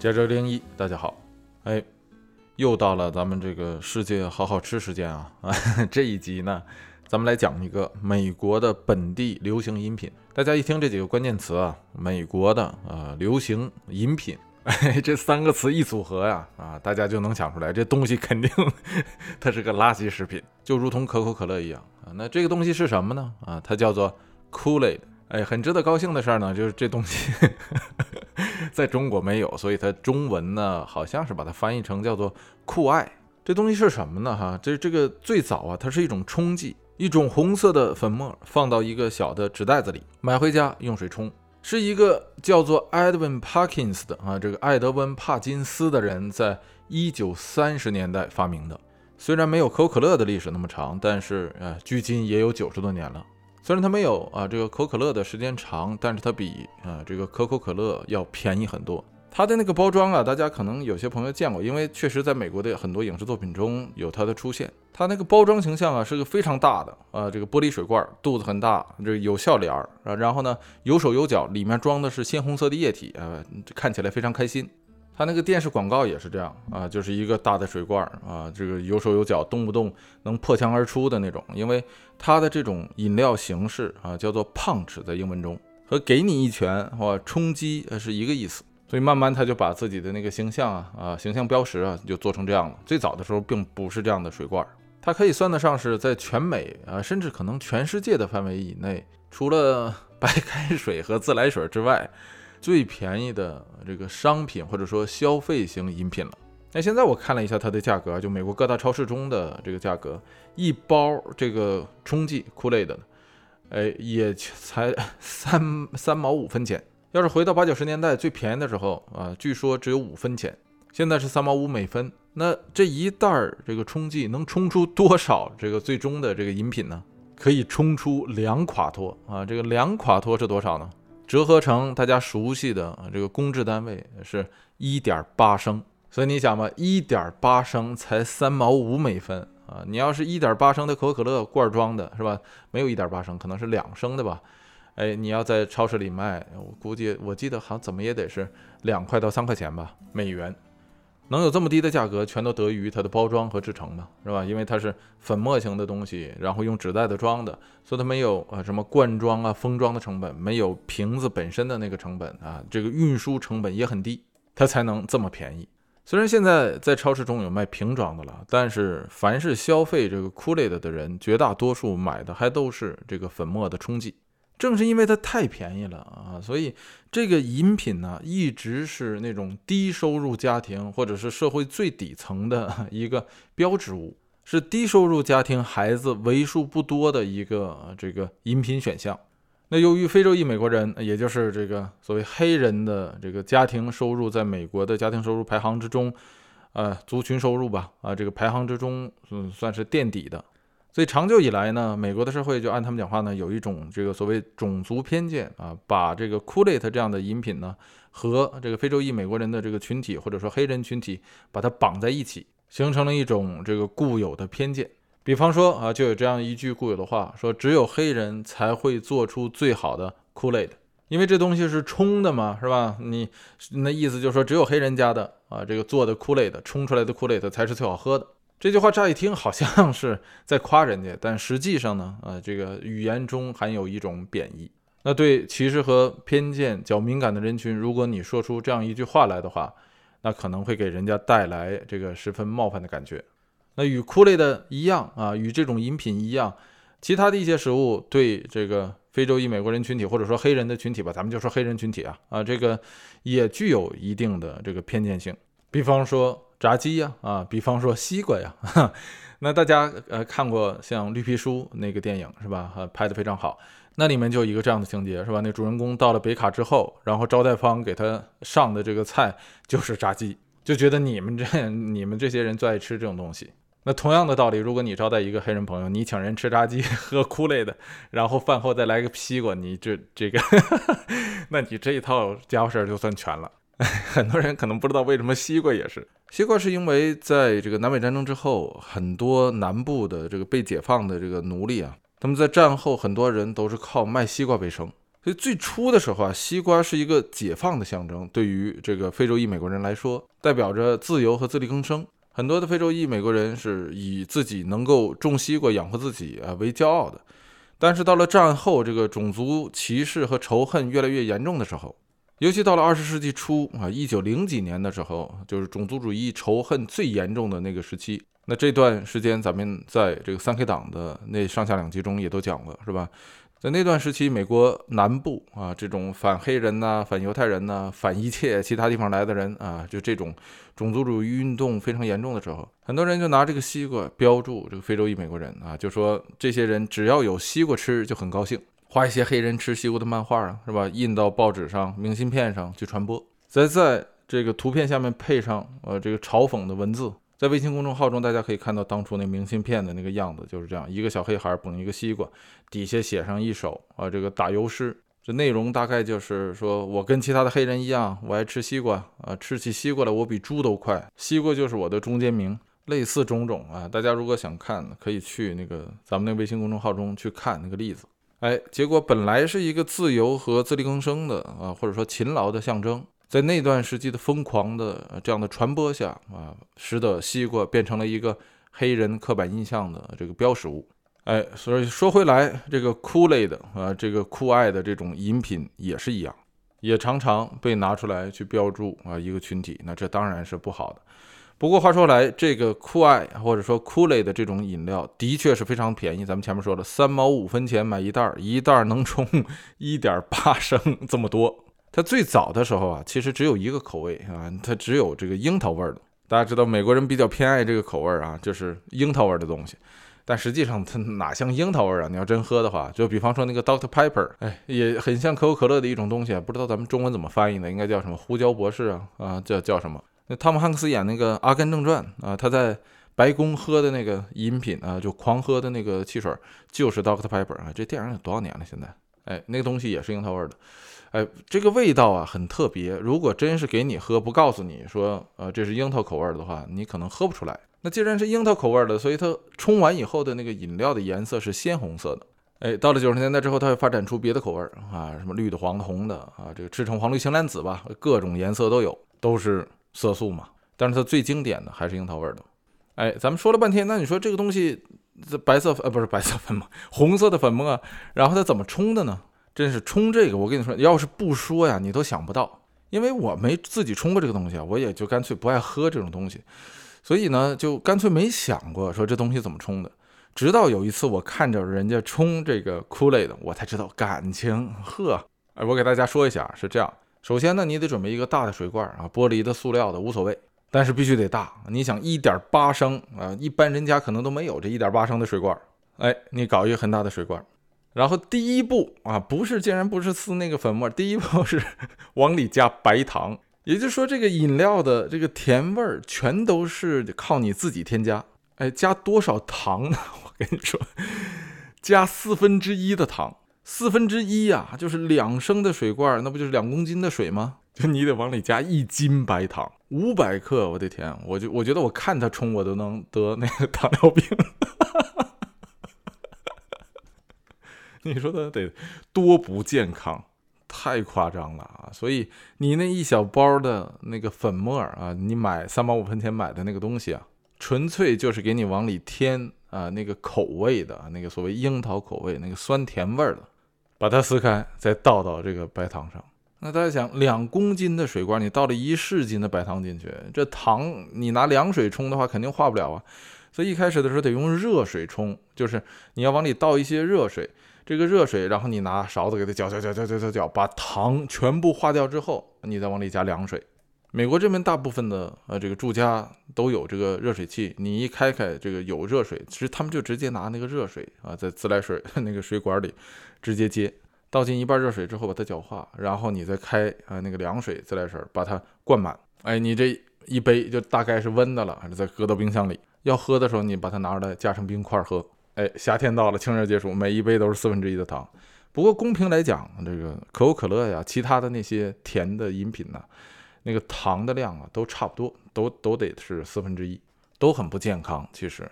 接着零一，大家好，又到了咱们这个世界好好吃时间啊！这一集呢，咱们来讲一个美国的本地流行饮品。大家一听这几个关键词啊，美国的流行饮品，这三个词一组合呀，大家就能想出来，这东西肯定它是个垃圾食品，就如同可口可乐一样啊。那这个东西是什么呢？它叫做 Kool-Aid。很值得高兴的事儿呢，就是这东西在中国没有，所以它中文呢好像是把它翻译成叫做酷爱。这东西是什么呢？这个最早啊，它是一种冲剂，一种红色的粉末，放到一个小的纸袋子里，买回家用水冲。是一个叫做 Edwin Parkins 的这个艾德温·帕金斯的人在1930年代发明的。虽然没有可口可乐的历史那么长，但是距今也有90多年了。虽然它没有这个可口可乐的时间长，但是它比这个可口可乐要便宜很多。它的那个包装大家可能有些朋友见过，因为确实在美国的很多影视作品中有它的出现。它那个包装形象是个非常大的这个玻璃水罐，肚子很大，这个有笑脸然后呢有手有脚，里面装的是鲜红色的液体看起来非常开心。它那个电视广告也是这样就是一个大的水罐这个有手有脚，动不动能破墙而出的那种。因为它的这种饮料形式叫做 punch， 在英文中和给你一拳或冲击是一个意思。所以慢慢他就把自己的那个形象形象标识就做成这样了。最早的时候并不是这样的水罐，它可以算得上是在全美甚至可能全世界的范围以内，除了白开水和自来水之外，最便宜的这个商品或者说消费型饮品了。那现在我看了一下它的价格，就美国各大超市中的这个价格，一包这个冲剂 Kool-Aid 也才3毛5分钱。要是回到80、90年代最便宜的时候据说只有5分钱，现在是3毛5每分。那这一袋这个冲剂能冲出多少这个最终的这个饮品呢？可以冲出2垮脱这个2垮脱是多少呢？折合成大家熟悉的这个公制单位是 1.8 升。所以你想吧， 1.8 升才3毛5每分你要是 1.8 升的可口可乐罐装的是吧，没有 1.8 升，可能是2升的吧。你要在超市里卖，我记得好像怎么也得是2块到3块钱吧，美元。能有这么低的价格，全都得益于它的包装和制成嘛，是吧？因为它是粉末型的东西，然后用纸袋子装的，所以它没有什么罐装封装的成本，没有瓶子本身的那个成本这个运输成本也很低，它才能这么便宜。虽然现在在超市中有卖瓶装的了，但是凡是消费这个 Kool-Aid 的人，绝大多数买的还都是这个粉末的冲剂。正是因为它太便宜了所以这个饮品呢，一直是那种低收入家庭或者是社会最底层的一个标志物，是低收入家庭孩子为数不多的一个这个饮品选项。那由于非洲裔美国人，也就是这个所谓黑人的这个家庭收入在美国的家庭收入排行之中族群收入吧这个排行之中算是垫底的。所以长久以来呢，美国的社会就按他们讲话呢，有一种这个所谓种族偏见把这个 Kool-Aid 这样的饮品呢和这个非洲裔美国人的这个群体或者说黑人群体把它绑在一起，形成了一种这个固有的偏见。比方说就有这样一句固有的话，说只有黑人才会做出最好的 Kool-Aid， 因为这东西是冲的嘛，是吧？你那意思就是说只有黑人家的这个做的 Kool-Aid 冲出来的 Kool-Aid 才是最好喝的。这句话乍一听好像是在夸人家，但实际上呢这个语言中含有一种贬义。那对歧视和偏见较敏感的人群，如果你说出这样一句话来的话，那可能会给人家带来这个十分冒犯的感觉。那与Kool-Aid一样与这种饮品一样，其他的一些食物对这个非洲裔美国人群体或者说黑人的群体吧，咱们就说黑人群体这个也具有一定的这个偏见性。比方说炸鸡比方说西瓜那大家看过像绿皮书那个电影是吧拍得非常好，那里面就有一个这样的情节是吧，那主人公到了北卡之后，然后招待方给他上的这个菜就是炸鸡，就觉得你们这些人最爱吃这种东西。那同样的道理，如果你招待一个黑人朋友，你请人吃炸鸡喝Kool-Aid，然后饭后再来个西瓜，你这个那你这一套家伙事就算全了。很多人可能不知道为什么西瓜也是。西瓜是因为在这个南北战争之后，很多南部的这个被解放的这个奴隶他们在战后很多人都是靠卖西瓜为生。 所以最初的时候啊，西瓜是一个解放的象征，对于这个非洲裔美国人来说，代表着自由和自力更生。很多的非洲裔美国人是以自己能够种西瓜养活自己为骄傲的。但是到了战后，这个种族歧视和仇恨越来越严重的时候，尤其到了20世纪初1900几年的时候，就是种族主义仇恨最严重的那个时期。那这段时间咱们在这个3K 党的那上下2集中也都讲了，是吧？在那段时期，美国南部这种反黑人呐、反犹太人呐、反一切其他地方来的人就这种种族主义运动非常严重的时候，很多人就拿这个西瓜标注这个非洲裔美国人就说这些人只要有西瓜吃就很高兴，画一些黑人吃西瓜的漫画是吧？印到报纸上、明信片上去传播，再在这个图片下面配上这个嘲讽的文字。在微信公众号中，大家可以看到当初那明信片的那个样子，就是这样，一个小黑孩捧一个西瓜，底下写上一首这个打油诗。这内容大概就是说，我跟其他的黑人一样，我爱吃西瓜吃起西瓜来我比猪都快，西瓜就是我的中间名，类似种种大家如果想看，可以去那个咱们那个微信公众号中去看那个例子。结果本来是一个自由和自力更生的或者说勤劳的象征。在那段时期的疯狂的这样的传播下使得西瓜变成了一个黑人刻板印象的这个标识物。所以说回来，这个酷类的这个酷爱的这种饮品也是一样，也常常被拿出来去标注一个群体，那这当然是不好的。不过话说来，这个酷爱或者说酷类的这种饮料的确是非常便宜，咱们前面说了，3毛5分钱买一袋，一袋能冲1.8升这么多。它最早的时候其实只有一个口味它只有这个樱桃味的。大家知道美国人比较偏爱这个口味就是樱桃味的东西，但实际上它哪像樱桃味你要真喝的话，就比方说那个 Dr. Pepper， 也很像可口可乐的一种东西不知道咱们中文怎么翻译的，应该叫什么胡椒博士叫什么？那汤姆汉克斯演那个《阿甘正传》他在白宫喝的那个饮品就狂喝的那个汽水就是 Dr. Pepper 这电影有多少年了？现在那个东西也是樱桃味的。这个味道很特别，如果真是给你喝不告诉你说这是樱桃口味的话，你可能喝不出来。那既然是樱桃口味的，所以它冲完以后的那个饮料的颜色是鲜红色的。到了90年代之后，它会发展出别的口味什么绿的、黄的、红的这个赤橙黄绿青蓝紫吧，各种颜色都有，都是色素嘛。但是它最经典的还是樱桃味的。咱们说了半天，那你说这个东西白色不是白色粉末，红色的粉末然后它怎么冲的呢？真是冲这个，我跟你说，要是不说你都想不到，因为我没自己冲过这个东西我也就干脆不爱喝这种东西，所以呢，就干脆没想过说这东西怎么冲的。直到有一次我看着人家冲这个Kool-Aid的，我才知道感情我给大家说一下是这样。首先呢，你得准备一个大的水罐玻璃的、塑料的无所谓，但是必须得大。你想1.8升一般人家可能都没有这1.8升的水罐，你搞一个很大的水罐。然后第一步竟然不是撕那个粉末，第一步是往里加白糖。也就是说，这个饮料的这个甜味全都是靠你自己添加。加多少糖呢？我跟你说，加1/4的糖，1/4就是2升的水罐，那不就是2公斤的水吗？就你得往里加1斤白糖，500克，我的天！我觉得我看他冲我都能得那个糖尿病。你说的得多不健康，太夸张了所以你那一小包的那个粉末你买3毛5分钱买的那个东西纯粹就是给你往里添那个口味的，那个所谓樱桃口味，那个酸甜味的，把它撕开，再倒到这个白糖上。那大家想，2公斤的水罐，你倒了1市斤的白糖进去，这糖你拿凉水冲的话，肯定化不了所以一开始的时候得用热水冲，就是你要往里倒一些热水。这个热水，然后你拿勺子给它搅，把糖全部化掉之后，你再往里加凉水。美国这边大部分的这个住家都有这个热水器，你一开这个有热水，其实他们就直接拿那个热水在自来水那个水管里直接接，倒进一半热水之后把它搅化，然后你再开那个凉水自来水把它灌满。你这一杯就大概是温的了，再搁到冰箱里。要喝的时候，你把它拿出来加成冰块喝。夏天到了，清热解暑，每一杯都是1/4的糖。不过公平来讲，这个可口可乐呀，其他的那些甜的饮品呢，那个糖的量都差不多，都得是1/4，都很不健康。其实，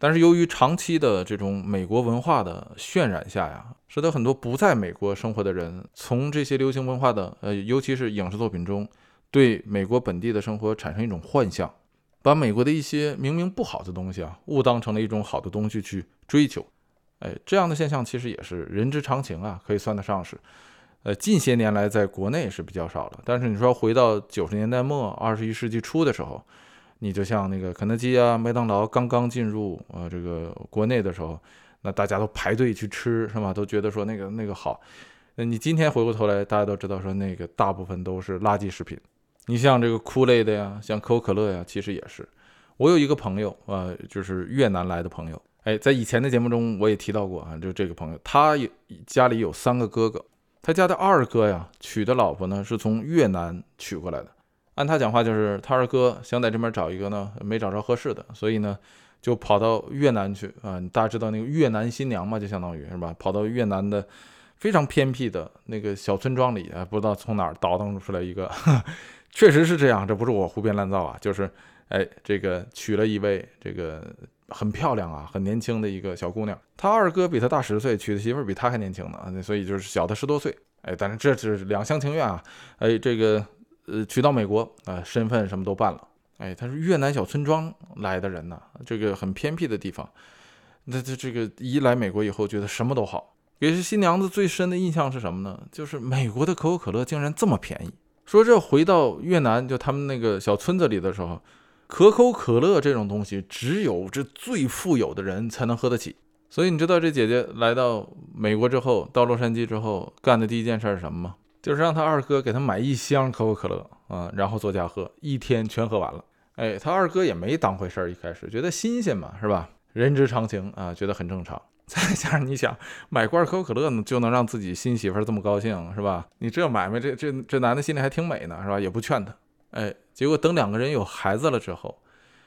但是由于长期的这种美国文化的渲染下呀，使得很多不在美国生活的人，从这些流行文化的尤其是影视作品中，对美国本地的生活产生一种幻象，把美国的一些明明不好的东西啊，误当成了一种好的东西去追求。这样的现象其实也是人之常情啊，可以算得上是近些年来在国内是比较少的。但是你说回到90年代末21世纪初的时候，你就像那个肯德基啊、麦当劳刚刚进入这个国内的时候，那大家都排队去吃，是吧？都觉得说那个好。你今天回过头来，大家都知道说那个大部分都是垃圾食品。你像这个酷类的呀，像可口可乐呀，其实也是。我有一个朋友就是越南来的朋友，在以前的节目中我也提到过啊，就这个朋友，他家里有3个哥哥，他家的二哥呀娶的老婆呢是从越南娶过来的。按他讲话，就是他二哥想在这边找一个呢，没找着合适的，所以呢就跑到越南去啊。大家知道那个越南新娘嘛，就相当于是吧，跑到越南的非常偏僻的那个小村庄里不知道从哪儿倒腾出来一个，确实是这样，这不是我胡编乱造啊，就是这个娶了一位这个很漂亮啊、很年轻的一个小姑娘。他二哥比他大10岁，娶的媳妇比他还年轻呢，所以就是小他10多岁。但是这只是两厢情愿啊，这个。娶到美国身份什么都办了。他是越南小村庄来的人呢，这个很偏僻的地方。那这个一来美国以后，觉得什么都好。给新娘子最深的印象是什么呢？就是美国的可口可乐竟然这么便宜。说这回到越南，就他们那个小村子里的时候，可口可乐这种东西，只有这最富有的人才能喝得起。所以你知道这姐姐来到美国之后，到洛杉矶之后干的第一件事是什么吗？就是让他二哥给他买1箱可口可乐然后做家喝，一天全喝完了。他二哥也没当回事儿，一开始觉得新鲜嘛，是吧？人之常情啊，觉得很正常。再加上你想买罐可口可乐呢，就能让自己新媳妇这么高兴，是吧？你这买卖，这男的心里还挺美呢，是吧？也不劝他。结果等2个人有孩子了之后，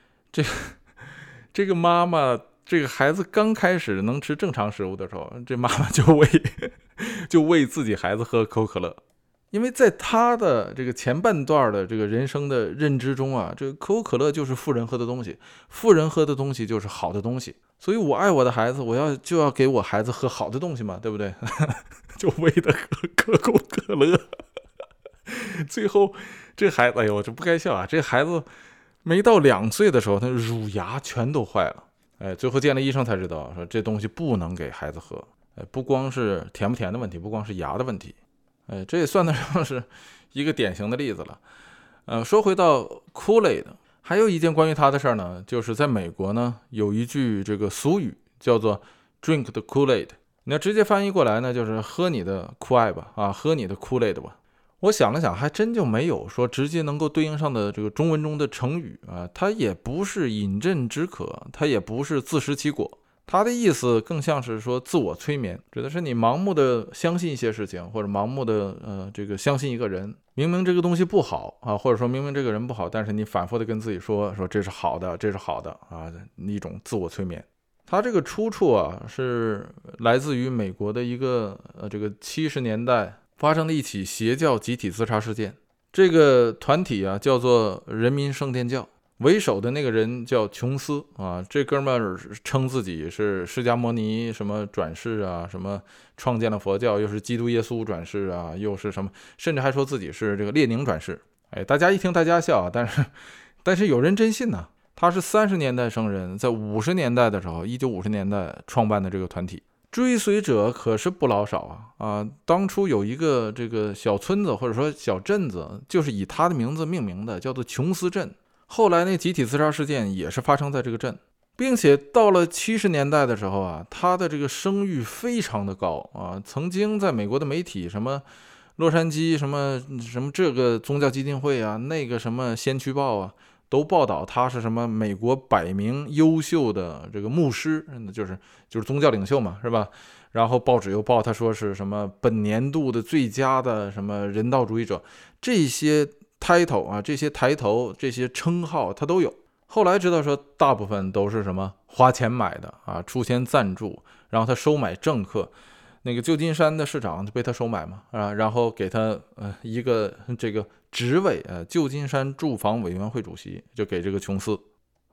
这个妈妈，这个孩子刚开始能吃正常食物的时候，这妈妈就喂自己孩子喝可口可乐。因为在他的这个前半段的这个人生的认知中啊，这个可口可乐就是富人喝的东西，富人喝的东西就是好的东西，所以我爱我的孩子，就要给我孩子喝好的东西嘛，对不对？就喂他喝可口可乐，最后这孩子，哎呦，这不该笑啊！这孩子没到2岁的时候，他乳牙全都坏了，最后见了医生才知道，说这东西不能给孩子喝，不光是甜不甜的问题，不光是牙的问题。这也算得上是一个典型的例子了。说回到 Kool-Aid， 还有一件关于他的事儿呢，就是在美国呢有一句这个俗语叫做 Drink the Kool-Aid， 你要直接翻译过来呢，就是喝你的酷爱吧，喝你的 Kool-Aid 吧。我想了想，还真就没有说直接能够对应上的这个中文中的成语它也不是饮鸩止渴，它也不是自食其果。他的意思更像是说自我催眠，指的是你盲目的相信一些事情，或者盲目的这个相信一个人，明明这个东西不好或者说明明这个人不好，但是你反复的跟自己说这是好的，这是好的一种自我催眠。他这个出处是来自于美国的一个这个70年代发生的一起邪教集体自杀事件。这个团体叫做人民圣殿教。为首的那个人叫琼斯这哥们儿称自己是释迦牟尼什么转世什么创建了佛教，又是基督耶稣转世又是什么，甚至还说自己是这个列宁转世。大家一听大家笑但是有人真信呢。他是30年代生人，在50年代的时候，1950年代创办的这个团体，追随者可是不老少当初有一个这个小村子或者说小镇子，就是以他的名字命名的，叫做琼斯镇。后来那集体自杀事件也是发生在这个镇，并且到了70年代的时候他的这个声誉非常的高曾经在美国的媒体什么洛杉矶什么这个宗教基金会那个什么先驱报都报道他是什么美国100名优秀的这个牧师，就是宗教领袖嘛，是吧？然后报纸又报他说是什么本年度的最佳的什么人道主义者，这些title 这些抬头这些称号他都有。后来知道说大部分都是什么花钱买的出钱赞助，然后他收买政客，那个旧金山的市长就被他收买嘛然后给他一个这个职位旧金山住房委员会主席就给这个琼斯。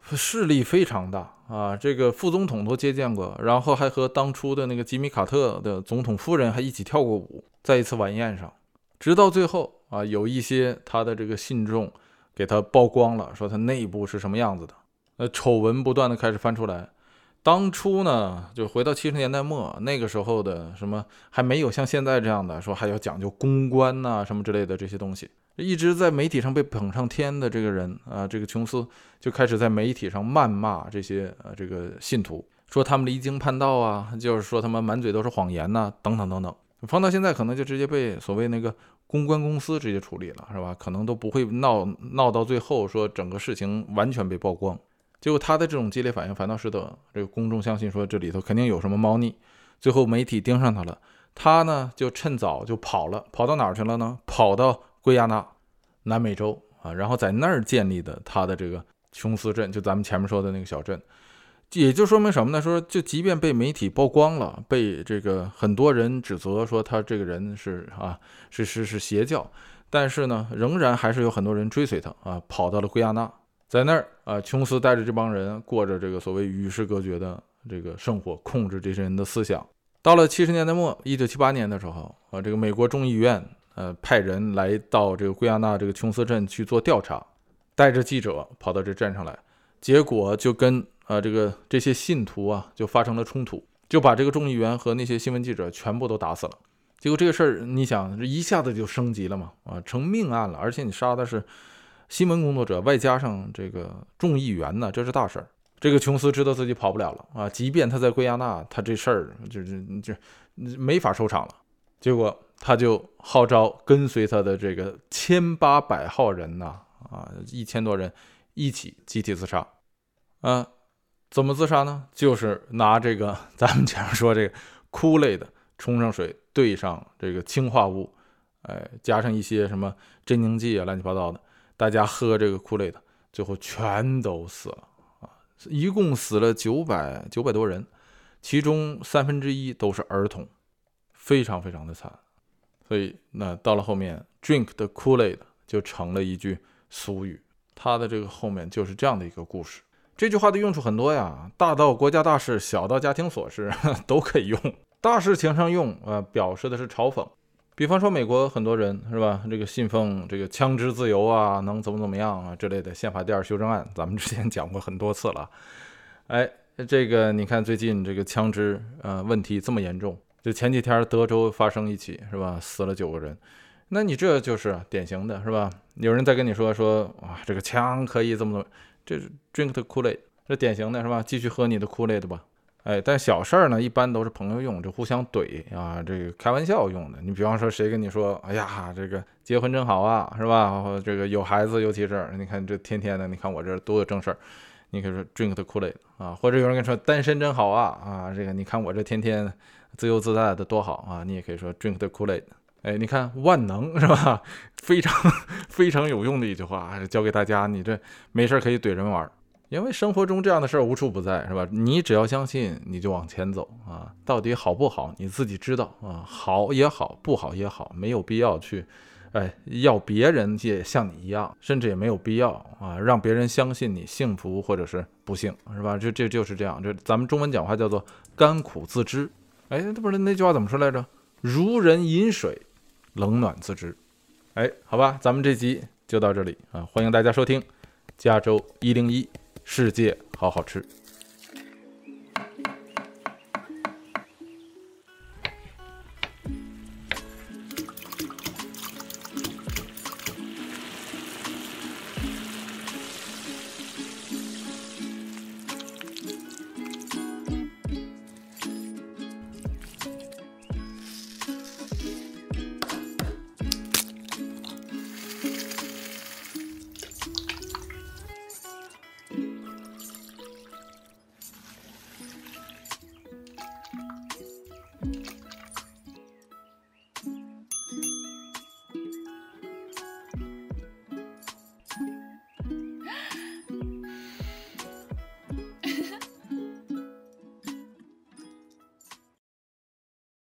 势力非常大啊，这个副总统都接见过，然后还和当初的那个吉米·卡特的总统夫人还一起跳过舞，在一次晚宴上。直到最后啊，有一些他的这个信众给他曝光了，说他内部是什么样子的，丑闻不断的开始翻出来。当初呢，就回到70年代末，那个时候的什么还没有像现在这样的说还要讲究公关呐、什么之类的这些东西。一直在媒体上被捧上天的这个人啊，这个琼斯就开始在媒体上谩骂这些这个信徒，说他们离经叛道啊，就是说他们满嘴都是谎言呐、等等等等。放到现在可能就直接被所谓那个公关公司直接处理了，是吧？可能都不会闹到最后说整个事情完全被曝光。结果他的这种激烈反应反倒使得这个公众相信说这里头肯定有什么猫腻，最后媒体盯上他了，他呢就趁早就跑了，跑到哪儿去了呢？跑到圭亚那南美洲啊，然后在那儿建立的他的这个琼斯镇，就咱们前面说的那个小镇。也就说明什么呢？说就即便被媒体曝光了，被这个很多人指责说他这个人是邪教，但是呢，仍然还是有很多人追随他啊，跑到了圭亚那。在那儿啊，琼斯带着这帮人过着这个所谓与世隔绝的这个生活，控制这些人的思想。到了70年代末，1978年的时候啊，这个美国众议院派人来到这个圭亚那这个琼斯镇去做调查，带着记者跑到这镇上来，结果就跟这些信徒啊就发生了冲突，就把这个众议员和那些新闻记者全部都打死了。结果这个事儿你想一下子就升级了嘛，啊，成命案了，而且你杀的是新闻工作者，外加上这个众议员呢，这是大事儿。这个琼斯知道自己跑不了了啊，即便他在圭亚那，他这事儿就没法收场了。结果他就号召跟随他的这个1800号人呐，啊，1000多人一起集体自杀。啊，怎么自杀呢？就是拿这个咱们前面说这个枯类的冲上水，兑上这个氰化物，加上一些什么镇静剂啊，乱七八糟的。大家喝这个枯类的，最后全都死了啊！一共死了900多人，其中1/3都是儿童，非常非常的惨。所以那到了后面 ，drink the Kool-Aid 就成了一句俗语。它的这个后面就是这样的一个故事。这句话的用处很多呀，大到国家大事，小到家庭琐事都可以用。大事情上用，表示的是嘲讽。比方说美国很多人是吧，这个信奉这个枪支自由啊，能怎么样啊之类的宪法第2修正案，咱们之前讲过很多次了。这个你看最近这个枪支问题这么严重，就前几天德州发生一起是吧，死了9个人。那你这就是典型的是吧？有人在跟你说啊，这个枪可以这么，这是 drink the Kool-Aid， 这典型的是吧？继续喝你的 Kool-Aid 吧。但小事儿呢，一般都是朋友用，就互相怼啊，这个开玩笑用的。你比方说，谁跟你说，哎呀，这个结婚真好啊，是吧？这个有孩子，尤其是你看这天天的，你看我这多有正事儿，你可以说 drink the Kool-Aid 啊，或者有人跟你说单身真好啊，这个你看我这天天自由自在的多好啊，你也可以说 drink the Kool-Aid。你看万能是吧？非常非常有用的一句话，教给大家，你这没事可以怼人玩。因为生活中这样的事儿无处不在，是吧？你只要相信，你就往前走啊。到底好不好，你自己知道啊。好也好，不好也好，没有必要去，要别人也像你一样，甚至也没有必要啊，让别人相信你幸福或者是不幸，是吧？这就是这样。这咱们中文讲话叫做甘苦自知。这不是那句话怎么说来着？如人饮水，冷暖自知。好吧，咱们这集就到这里啊，欢迎大家收听加州101。世界好好吃。